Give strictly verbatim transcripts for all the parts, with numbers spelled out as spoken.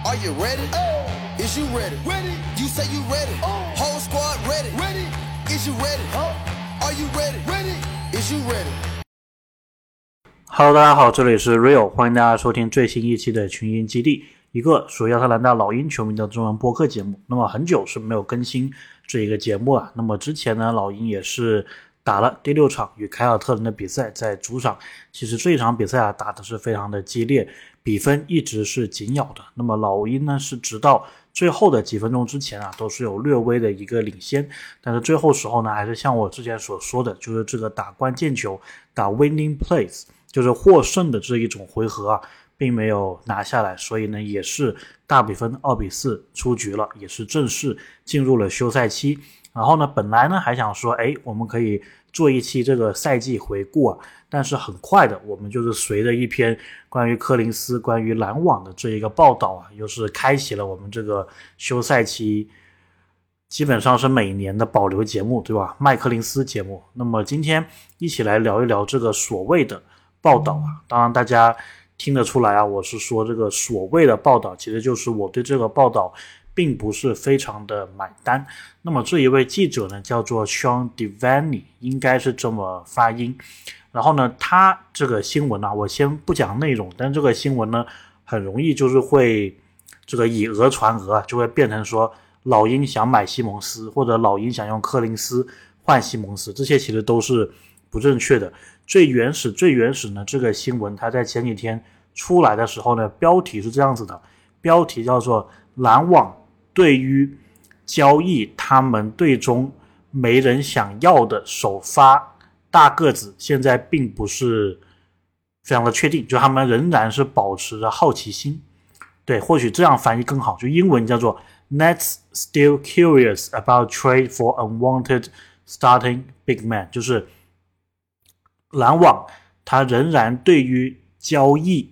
Are you ready? Oh. Is you ready? Ready. You say you ready. Oh. Whole squad ready. Ready. Is you ready? Huh? Are you ready? Ready. Is you ready? Hello， 大家好，这里是 Real， 欢迎大家收听最新一期的群英基地，一个属于亚特兰大老鹰球迷的中文播客节目。那么很久是没有更新这一个节目了。那么之前呢，老鹰也是打了第六场与凯尔特人的比赛，在主场。其实这一场比赛啊，打的是非常的激烈，比分一直是紧咬的。那么老鹰呢，是直到最后的几分钟之前啊，都是有略微的一个领先，但是最后时候呢，还是像我之前所说的，就是这个打关键球，打 winning plays， 就是获胜的这一种回合啊，并没有拿下来，所以呢，也是大比分二比四出局了，也是正式进入了休赛期。然后呢，本来呢还想说，诶，我们可以做一期这个赛季回顾啊，但是很快的，我们就是随着一篇关于柯林斯、关于篮网的这一个报道啊，又是开启了我们这个休赛期，基本上是每年的保留节目，对吧？麦柯林斯节目。那么今天一起来聊一聊这个所谓的报道啊，当然大家听得出来啊，我是说这个所谓的报道，其实就是我对这个报道并不是非常的买单。那么这一位记者呢，叫做 Sean Devaney， 应该是这么发音。然后呢，他这个新闻啊，我先不讲内容，但这个新闻呢，很容易就是会这个以讹传讹，就会变成说老鹰想买西蒙斯，或者老鹰想用柯林斯换西蒙斯，这些其实都是不正确的。最原始最原始呢，这个新闻它在前几天出来的时候呢，标题是这样子的，标题叫做篮网对于交易他们队中没人想要的首发大个子，现在并不是非常的确定，就他们仍然是保持着好奇心。对，或许这样翻译更好，就英文叫做 Nets still curious about trade for unwanted starting big man， 就是篮网他仍然对于交易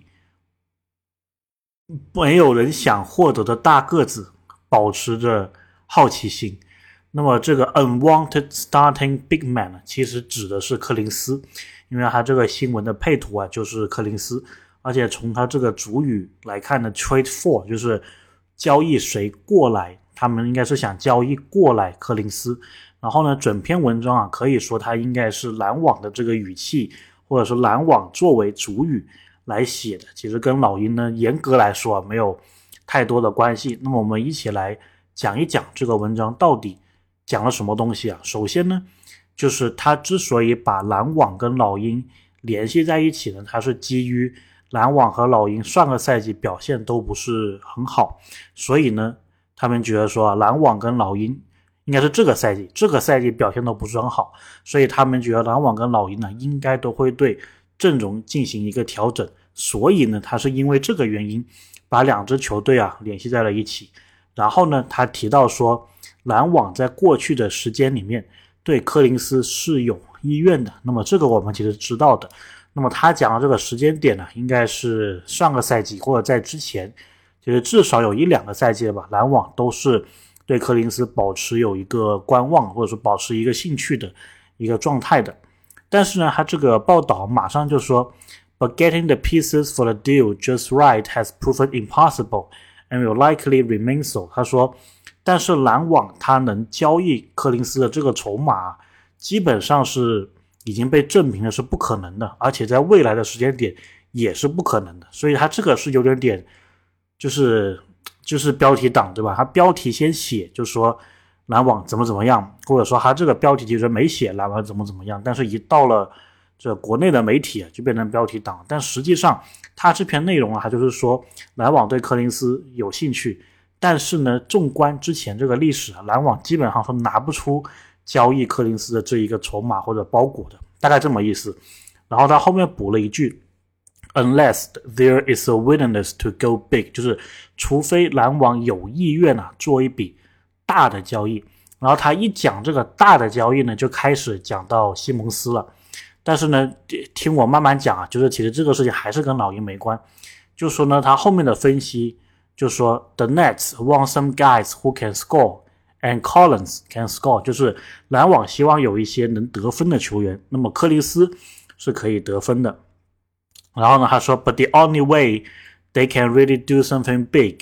没有人想获得的大个子保持着好奇心。那么这个 unwanted starting big man 呢，其实指的是柯林斯，因为他这个新闻的配图啊就是柯林斯，而且从他这个主语来看呢 trade for 就是交易谁过来，他们应该是想交易过来柯林斯。然后呢，整篇文章啊，可以说它应该是篮网的这个语气，或者是篮网作为主语来写的，其实跟老鹰呢严格来说啊没有太多的关系。那么我们一起来讲一讲这个文章到底讲了什么东西啊。首先呢，就是他之所以把篮网跟老鹰联系在一起呢，他是基于篮网和老鹰上个赛季表现都不是很好，所以呢他们觉得说啊，篮网跟老鹰应该是这个赛季这个赛季表现都不是很好，所以他们觉得篮网跟老鹰呢应该都会对阵容进行一个调整，所以呢他是因为这个原因把两支球队啊联系在了一起。然后呢他提到说篮网在过去的时间里面对柯林斯是有意愿的，那么这个我们其实知道的。那么他讲的这个时间点呢，应该是上个赛季或者在之前，其实至少有一两个赛季了吧，篮网都是对柯林斯保持有一个观望或者是保持一个兴趣的一个状态的。但是呢他这个报道马上就说 But getting the pieces for the deal just right has proven impossible and will likely remain so。 他说但是篮网他能交易柯林斯的这个筹码基本上是已经被证明了是不可能的，而且在未来的时间点也是不可能的。所以他这个是有点点就是就是标题党，对吧？他标题先写就说篮网怎么怎么样，或者说他这个标题其实没写篮网怎么怎么样，但是一到了这国内的媒体就变成标题党。但实际上他这篇内容啊，他就是说篮网对柯林斯有兴趣，但是呢纵观之前这个历史，篮网基本上说拿不出交易柯林斯的这一个筹码或者包裹的，大概这么意思。然后他后面补了一句 Unless there is a willingness to go big， 就是除非篮网有意愿啊做一笔大的交易。然后他一讲这个大的交易呢，就开始讲到西蒙斯了。但是呢听我慢慢讲啊，就是其实这个事情还是跟老鹰没关。就说呢他后面的分析就说 The Nets want some guys who can score and Collins can score， 就是篮网希望有一些能得分的球员，那么柯林斯是可以得分的。然后呢他说 But the only way they can really do something big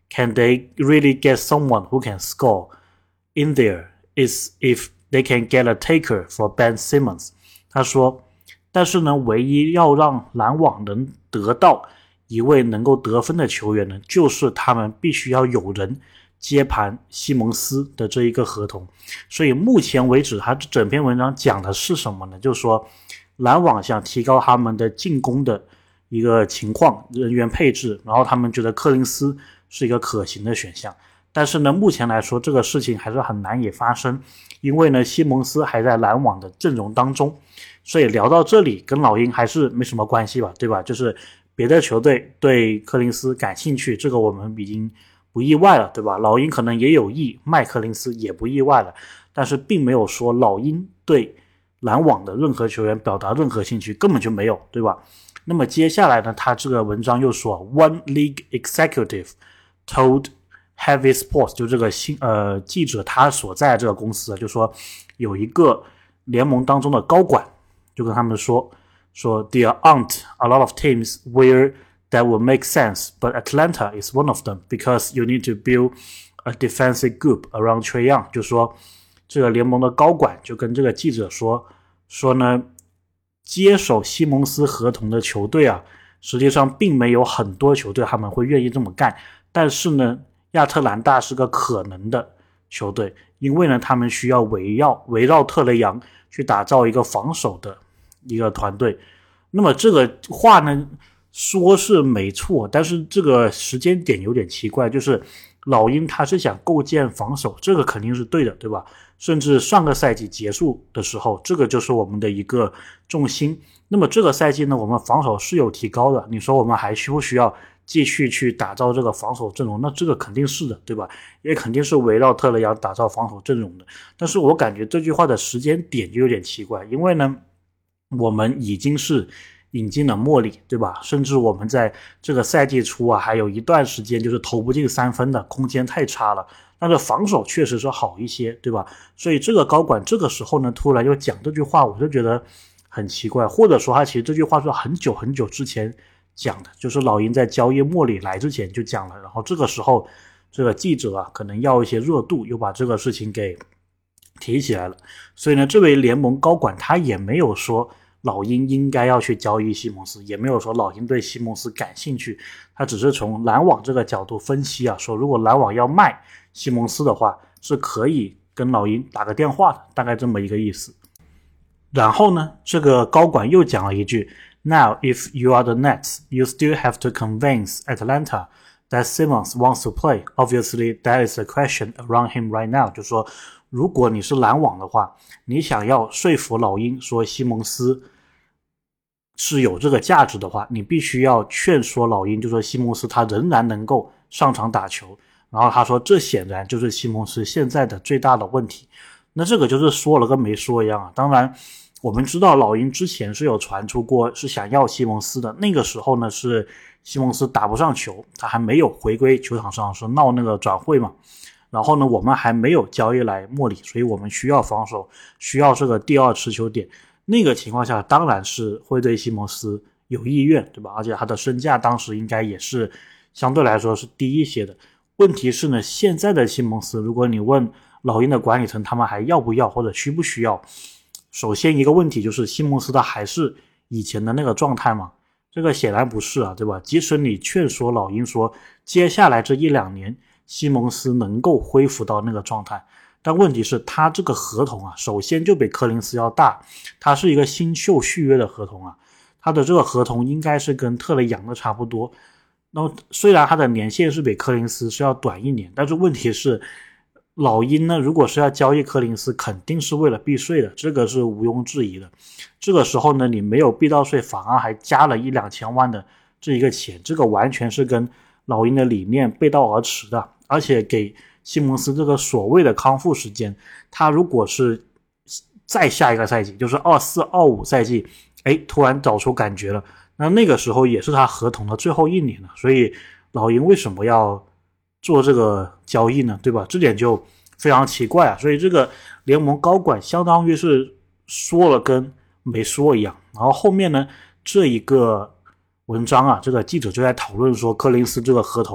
can they really get someone who can score in there is if they can get a taker for Ben Simmons. 他说，但是呢，唯一要让篮网能得到一位能够得分的球员呢，就是他们必须要有人接盘西蒙斯的这一个合同。所以目前为止他整篇文章讲的是什么呢？就是说篮网想提高他们的进攻的一个情况，人员配置，然后他们觉得柯林斯是一个可行的选项。但是呢，目前来说这个事情还是很难以发生，因为呢西蒙斯还在篮网的阵容当中。所以聊到这里跟老鹰还是没什么关系吧，对吧？就是别的球队对柯林斯感兴趣，这个我们已经不意外了，对吧？老鹰可能也有意卖柯林斯，也不意外了，但是并没有说老鹰对篮网的任何球员表达任何兴趣，根本就没有，对吧？那么接下来呢，他这个文章又说 One league executive told Heavy Sports 就这个新呃记者他所在的这个公司，就说有一个联盟当中的高管就跟他们说说 There aren't a lot of teams where that would make sense, but Atlanta is one of them because you need to build a defensive group around Trae Young. 就说这个联盟的高管就跟这个记者说说呢，接手西蒙斯合同的球队啊，实际上并没有很多球队他们会愿意这么干，但是呢亚特兰大是个可能的球队，因为呢他们需要围绕围绕特雷杨去打造一个防守的一个团队。那么这个话呢说是没错，但是这个时间点有点奇怪，就是老鹰他是想构建防守，这个肯定是对的，对吧？甚至上个赛季结束的时候，这个就是我们的一个重心。那么这个赛季呢，我们防守是有提高的，你说我们还需不需要继续去打造这个防守阵容？那这个肯定是的，对吧？也肯定是围绕特雷杨打造防守阵容的。但是我感觉这句话的时间点就有点奇怪，因为呢我们已经是引进了莫里，对吧？甚至我们在这个赛季初啊，还有一段时间就是投不进三分的，空间太差了，但是防守确实是好一些，对吧？所以这个高管这个时候呢突然又讲这句话，我就觉得很奇怪，或者说他其实这句话是很久很久之前讲的，就是老鹰在交易莫里来之前就讲了，然后这个时候这个记者啊可能要一些热度，又把这个事情给提起来了。所以呢这位联盟高管他也没有说老鹰应该要去交易西蒙斯，也没有说老鹰对西蒙斯感兴趣，他只是从篮网这个角度分析啊，说如果篮网要卖西蒙斯的话是可以跟老鹰打个电话的，大概这么一个意思。然后呢这个高管又讲了一句 Now if you are the Nets, you still have to convince Atlanta that Simmons wants to play. Obviously that is a question around him right now. 就说如果你是篮网的话，你想要说服老鹰说西蒙斯是有这个价值的话，你必须要劝说老鹰，就说西蒙斯他仍然能够上场打球。然后他说这显然就是西蒙斯现在的最大的问题。那这个就是说了跟没说一样啊。当然我们知道老鹰之前是有传出过是想要西蒙斯的，那个时候呢是西蒙斯打不上球，他还没有回归球场上，是闹那个转会嘛。然后呢我们还没有交易来莫里，所以我们需要防守，需要这个第二持球点。那个情况下当然是会对西蒙斯有意愿，对吧？而且他的身价当时应该也是相对来说是低一些的。问题是呢现在的西蒙斯，如果你问老鹰的管理层他们还要不要或者需不需要，首先一个问题就是西蒙斯他还是以前的那个状态吗？这个显然不是啊，对吧？即使你劝说老鹰说接下来这一两年西蒙斯能够恢复到那个状态，但问题是他这个合同啊首先就比柯林斯要大，他是一个新秀续约的合同啊，他的这个合同应该是跟特雷杨的差不多。那虽然他的年限是比柯林斯是要短一年，但是问题是老鹰呢如果是要交易柯林斯肯定是为了避税的，这个是毋庸置疑的。这个时候呢你没有避到税，反而还加了一两千万的这一个钱，这个完全是跟老鹰的理念背道而驰的。而且给西蒙斯这个所谓的康复时间，他如果是再下一个赛季就是二四二五赛季诶突然找出感觉了，那那个时候也是他合同的最后一年了，所以老鹰为什么要做这个交易呢，对吧？这点就非常奇怪啊。所以这个联盟高管相当于是说了跟没说一样。然后后面呢这一个文章啊，这个记者就在讨论说柯林斯这个合同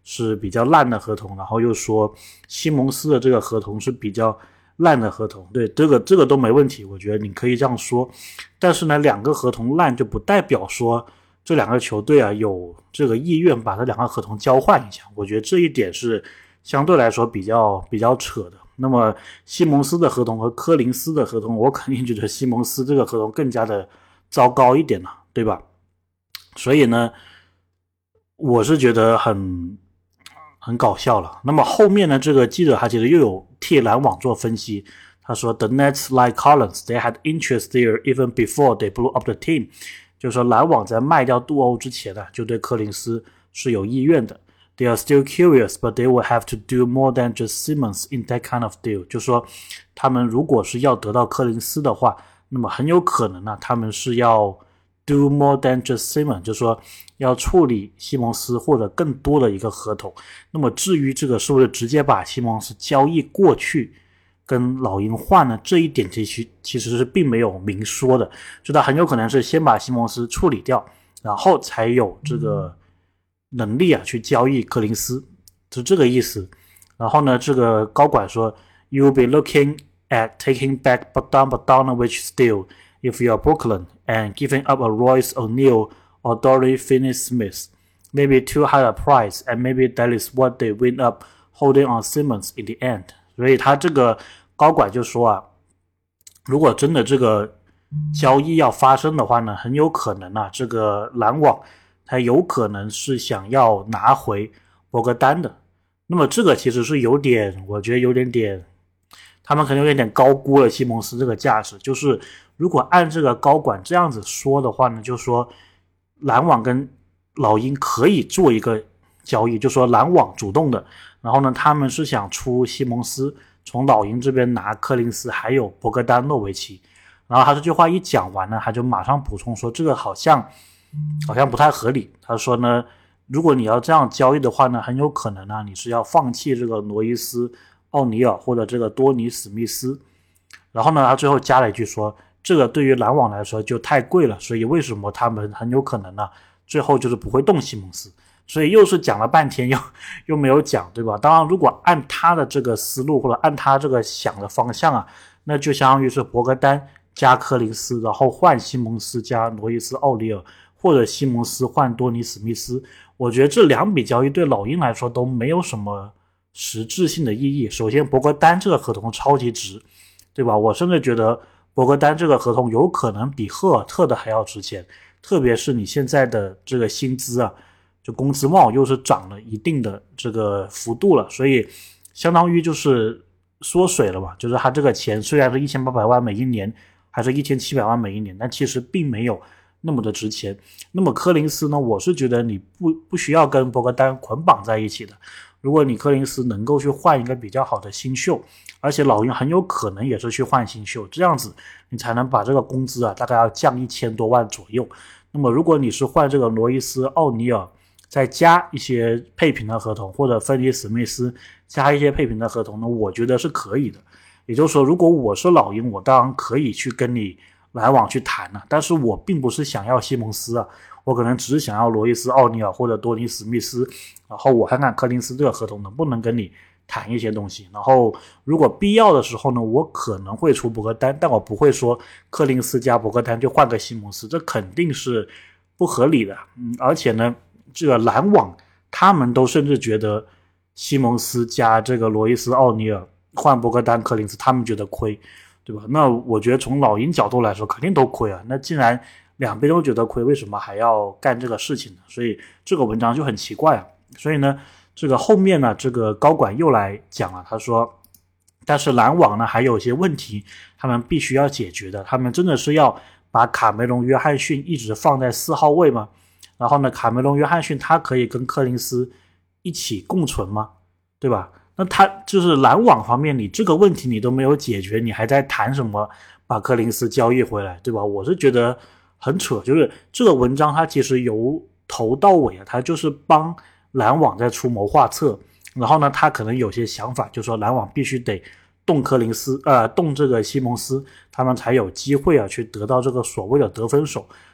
是比较烂的合同，然后又说西蒙斯的这个合同是比较烂的合同，对，这个这个都没问题，我觉得你可以这样说。但是呢，两个合同烂就不代表说这两个球队啊有这个意愿把这两个合同交换一下，我觉得这一点是相对来说比较比较扯的。那么西蒙斯的合同和柯林斯的合同，我肯定觉得西蒙斯这个合同更加的糟糕一点了，对吧？所以呢，我是觉得很很搞笑了。那么后面呢，这个记者他其实又有替篮网做分析，他说 The Nets like Collins, they had interest there even before they blew up the team， 就是说篮网在卖掉杜欧之前呢，就对柯林斯是有意愿的。They are still curious, but they will have to do more than just Simmons in that kind of deal。 就是说他们如果是要得到柯林斯的话，那么很有可能呢，他们是要 do more than just Simmons， 就是说要处理西蒙斯或者更多的一个合同。那么至于这个是不是直接把西蒙斯交易过去跟老鹰换呢，这一点其实其实是并没有明说的，就他很有可能是先把西蒙斯处理掉，然后才有这个能力啊去交易柯林斯，是这个意思。然后呢，这个高管说 You will be looking at taking back Bogdan Bogdanovic still if you are Brooklyn and giving up a Royce O'Neal or Dorian Finney-Smith, maybe too high a price, and maybe that is what they win up holding on Simmons in the end。 所以他这个高管就说啊，如果真的这个交易要发生的话呢，很有可能啊，这个篮网他有可能是想要拿回博格丹的。那么这个其实是有点，我觉得有点点，他们可能有点高估了西蒙斯这个价值。就是如果按这个高管这样子说的话呢，就说篮网跟老鹰可以做一个交易，就说篮网主动的，然后呢他们是想出西蒙斯，从老鹰这边拿柯林斯还有博格丹诺维奇。然后他这句话一讲完呢，他就马上补充说这个好像好像不太合理。他说呢，如果你要这样交易的话呢，很有可能呢你是要放弃这个罗伊斯奥尼尔或者这个多尼史密斯。然后呢他最后加了一句说，这个对于篮网来说就太贵了，所以为什么他们很有可能呢最后就是不会动西蒙斯。所以又是讲了半天又又没有讲，对吧？当然如果按他的这个思路或者按他这个想的方向啊，那就相当于是博格丹加柯林斯，然后换西蒙斯加罗伊斯奥尼尔，或者西蒙斯换多尼史密斯。我觉得这两笔交易对老鹰来说都没有什么实质性的意义。首先博格丹这个合同超级值，对吧？我甚至觉得博格丹这个合同有可能比赫尔特的还要值钱，特别是你现在的这个薪资啊，就工资帽又是涨了一定的这个幅度了，所以相当于就是缩水了嘛。就是他这个钱虽然是一千八百万每一年还是一千七百万每一年，但其实并没有那么的值钱。那么柯林斯呢，我是觉得你不不需要跟博格丹捆绑在一起的。如果你柯林斯能够去换一个比较好的新秀，而且老鹰很有可能也是去换新秀，这样子你才能把这个工资啊大概要降一千多万左右。那么如果你是换这个罗伊斯奥尼尔再加一些配平的合同，或者芬尼史密斯加一些配平的合同呢，我觉得是可以的。也就是说如果我是老鹰，我当然可以去跟你篮网去谈了、啊，但是我并不是想要西蒙斯啊，我可能只是想要罗伊斯奥尼尔或者多尼史密斯，然后我看看柯林斯这个合同能不能跟你谈一些东西。然后如果必要的时候呢，我可能会出博格丹，但我不会说柯林斯加博格丹就换个西蒙斯，这肯定是不合理的。嗯，而且呢这个篮网他们都甚至觉得西蒙斯加这个罗伊斯奥尼尔换博格丹柯林斯他们觉得亏，对吧？那我觉得从老鹰角度来说肯定都亏啊，那既然两边都觉得亏，为什么还要干这个事情呢？所以这个文章就很奇怪啊。所以呢这个后面呢这个高管又来讲了，他说但是篮网呢还有一些问题他们必须要解决的，他们真的是要把卡梅隆约翰逊一直放在四号位吗？然后呢卡梅隆约翰逊他可以跟柯林斯一起共存吗？对吧？那他就是篮网方面你这个问题你都没有解决，你还在谈什么把柯林斯交易回来，对吧？我是觉得很扯，就是这个文章它其实由头到尾啊，它就是帮篮网在出谋划策。然后呢他可能有些想法，就是说篮网必须得动柯林斯呃，动这个西蒙斯，他们才有机会啊去得到这个所谓的得分手。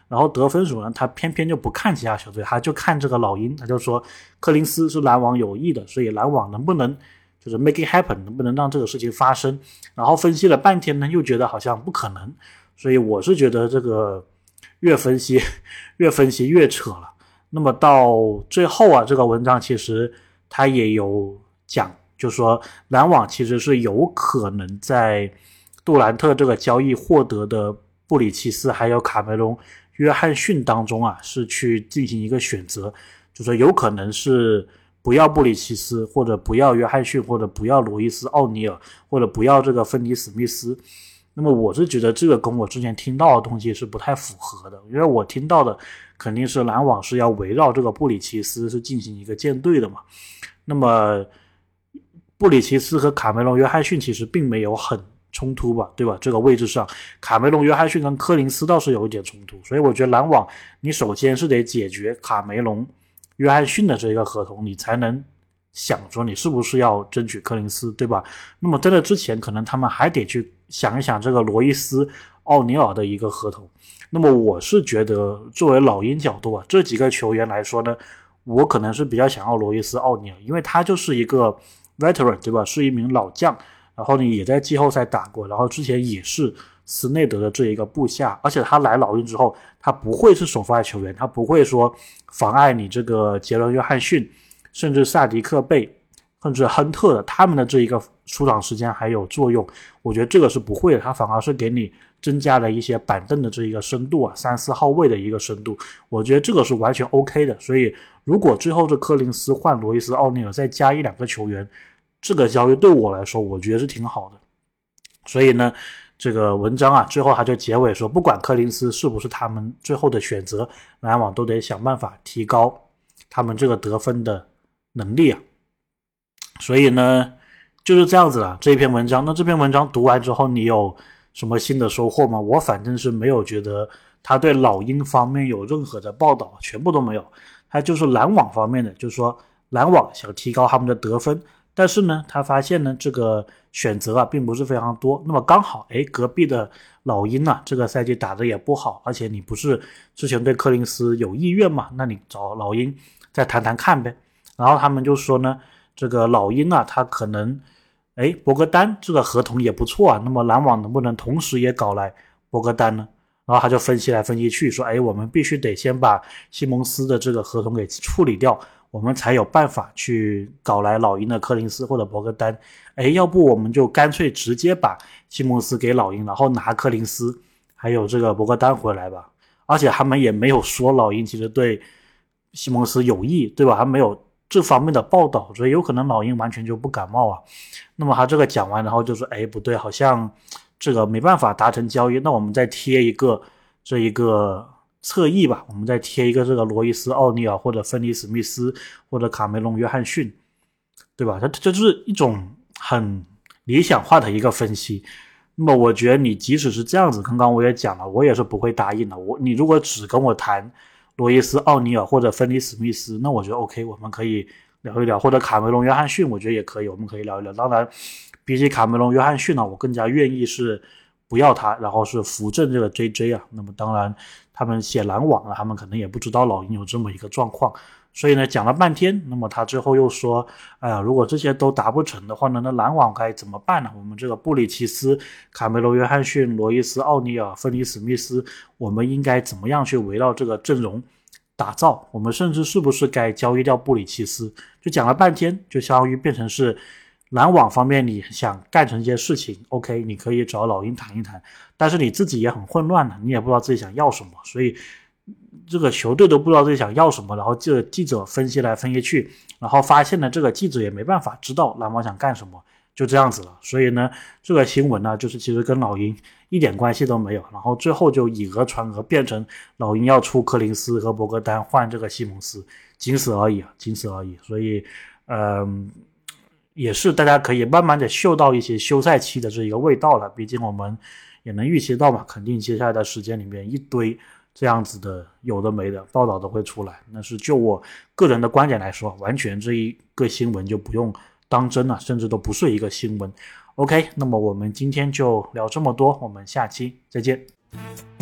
然后得分手呢，他偏偏就不看其他球队，他就看这个老鹰，他就说柯林斯是篮网有意的，所以篮网能不能就是 make it happen， 能不能让这个事情发生？然后分析了半天呢，又觉得好像不可能，所以我是觉得这个越分析越分析越扯了。那么到最后啊，这个文章其实他也有讲，就说篮网其实是有可能在杜兰特这个交易获得的布里奇斯还有卡梅隆约翰逊当中啊，是去进行一个选择，就说有可能是不要布里奇斯，或者不要约翰逊，或者不要罗伊斯奥尼尔，或者不要这个芬尼史密斯。那么我是觉得这个跟我之前听到的东西是不太符合的，因为我听到的肯定是篮网是要围绕这个布里奇斯是进行一个建队的嘛。那么布里奇斯和卡梅隆约翰逊其实并没有很冲突吧，对吧？这个位置上卡梅隆约翰逊跟柯林斯倒是有一点冲突，所以我觉得篮网你首先是得解决卡梅隆约翰逊的这个合同，你才能想说你是不是要争取柯林斯，对吧？那么在这之前可能他们还得去想一想这个罗伊斯奥尼尔的一个合同。那么我是觉得作为老鹰角度啊，这几个球员来说呢，我可能是比较想要罗伊斯奥尼尔，因为他就是一个 veteran， 对吧？是一名老将，然后呢也在季后赛打过，然后之前也是斯内德的这一个部下，而且他来老鹰之后他不会是首发球员，他不会说妨碍你这个杰伦约翰逊甚至萨迪克贝甚至亨特的他们的这一个出场时间还有作用，我觉得这个是不会的，他反而是给你增加了一些板凳的这一个深度啊，三四号位的一个深度，我觉得这个是完全 OK 的。所以如果最后这柯林斯换罗伊斯奥尼尔再加一两个球员，这个交易对我来说我觉得是挺好的。所以呢这个文章啊最后他就结尾说，不管柯林斯是不是他们最后的选择，篮网都得想办法提高他们这个得分的能力啊。所以呢就是这样子了这篇文章。那这篇文章读完之后你有什么新的收获吗？我反正是没有觉得他对老鹰方面有任何的报道，全部都没有。他就是篮网方面的，就是说篮网想提高他们的得分，但是呢他发现呢这个选择啊并不是非常多。那么刚好诶隔壁的老鹰啊这个赛季打得也不好，而且你不是之前对柯林斯有意愿嘛，那你找老鹰再谈谈看呗。然后他们就说呢这个老鹰啊他可能诶博格丹这个合同也不错啊，那么篮网能不能同时也搞来博格丹呢？然后他就分析来分析去说，诶我们必须得先把西蒙斯的这个合同给处理掉，我们才有办法去搞来老鹰的柯林斯或者博格丹。诶要不我们就干脆直接把西蒙斯给老鹰，然后拿柯林斯还有这个博格丹回来吧。而且他们也没有说老鹰其实对西蒙斯有意，对吧？还没有这方面的报道，所以有可能老鹰完全就不感冒啊。那么他这个讲完，然后就说，哎，不对，好像这个没办法达成交易，那我们再贴一个这一个侧翼吧，我们再贴一个这个罗伊斯奥尼尔或者芬尼史密斯或者卡梅隆约翰逊，对吧？这这就是一种很理想化的一个分析。那么我觉得你即使是这样子，刚刚我也讲了，我也是不会答应的。我你如果只跟我谈罗伊斯奥尼尔或者芬尼史密斯，那我觉得 OK， 我们可以聊一聊，或者卡梅隆约翰逊我觉得也可以，我们可以聊一聊。当然比起卡梅隆约翰逊呢，我更加愿意是不要他，然后是扶正这个 J J 啊。那么当然他们写篮网了，他们可能也不知道老鹰有这么一个状况，所以呢讲了半天，那么他最后又说，哎呀，如果这些都达不成的话呢，那篮网该怎么办呢？我们这个布里奇斯、卡梅隆约翰逊、罗伊斯奥尼尔、芬尼史密斯，我们应该怎么样去围绕这个阵容打造？我们甚至是不是该交易掉布里奇斯？就讲了半天，就相当于变成是篮网方面你想干成一些事情 OK， 你可以找老鹰谈一谈，但是你自己也很混乱了，你也不知道自己想要什么，所以这个球队都不知道自己想要什么，然后这个记者分析来分析去，然后发现呢这个记者也没办法知道篮网想干什么，就这样子了。所以呢这个新闻呢就是其实跟老鹰一点关系都没有，然后最后就以讹传讹，变成老鹰要出柯林斯和博格丹换这个西蒙斯，仅此而已啊，仅此而已。所以嗯也是大家可以慢慢的嗅到一些休赛期的这一个味道了，毕竟我们也能预期到嘛，肯定接下来的时间里面一堆这样子的有的没的报道都会出来。但是就我个人的观点来说，完全这一个新闻就不用当真了，甚至都不是一个新闻。OK， 那么我们今天就聊这么多，我们下期再见。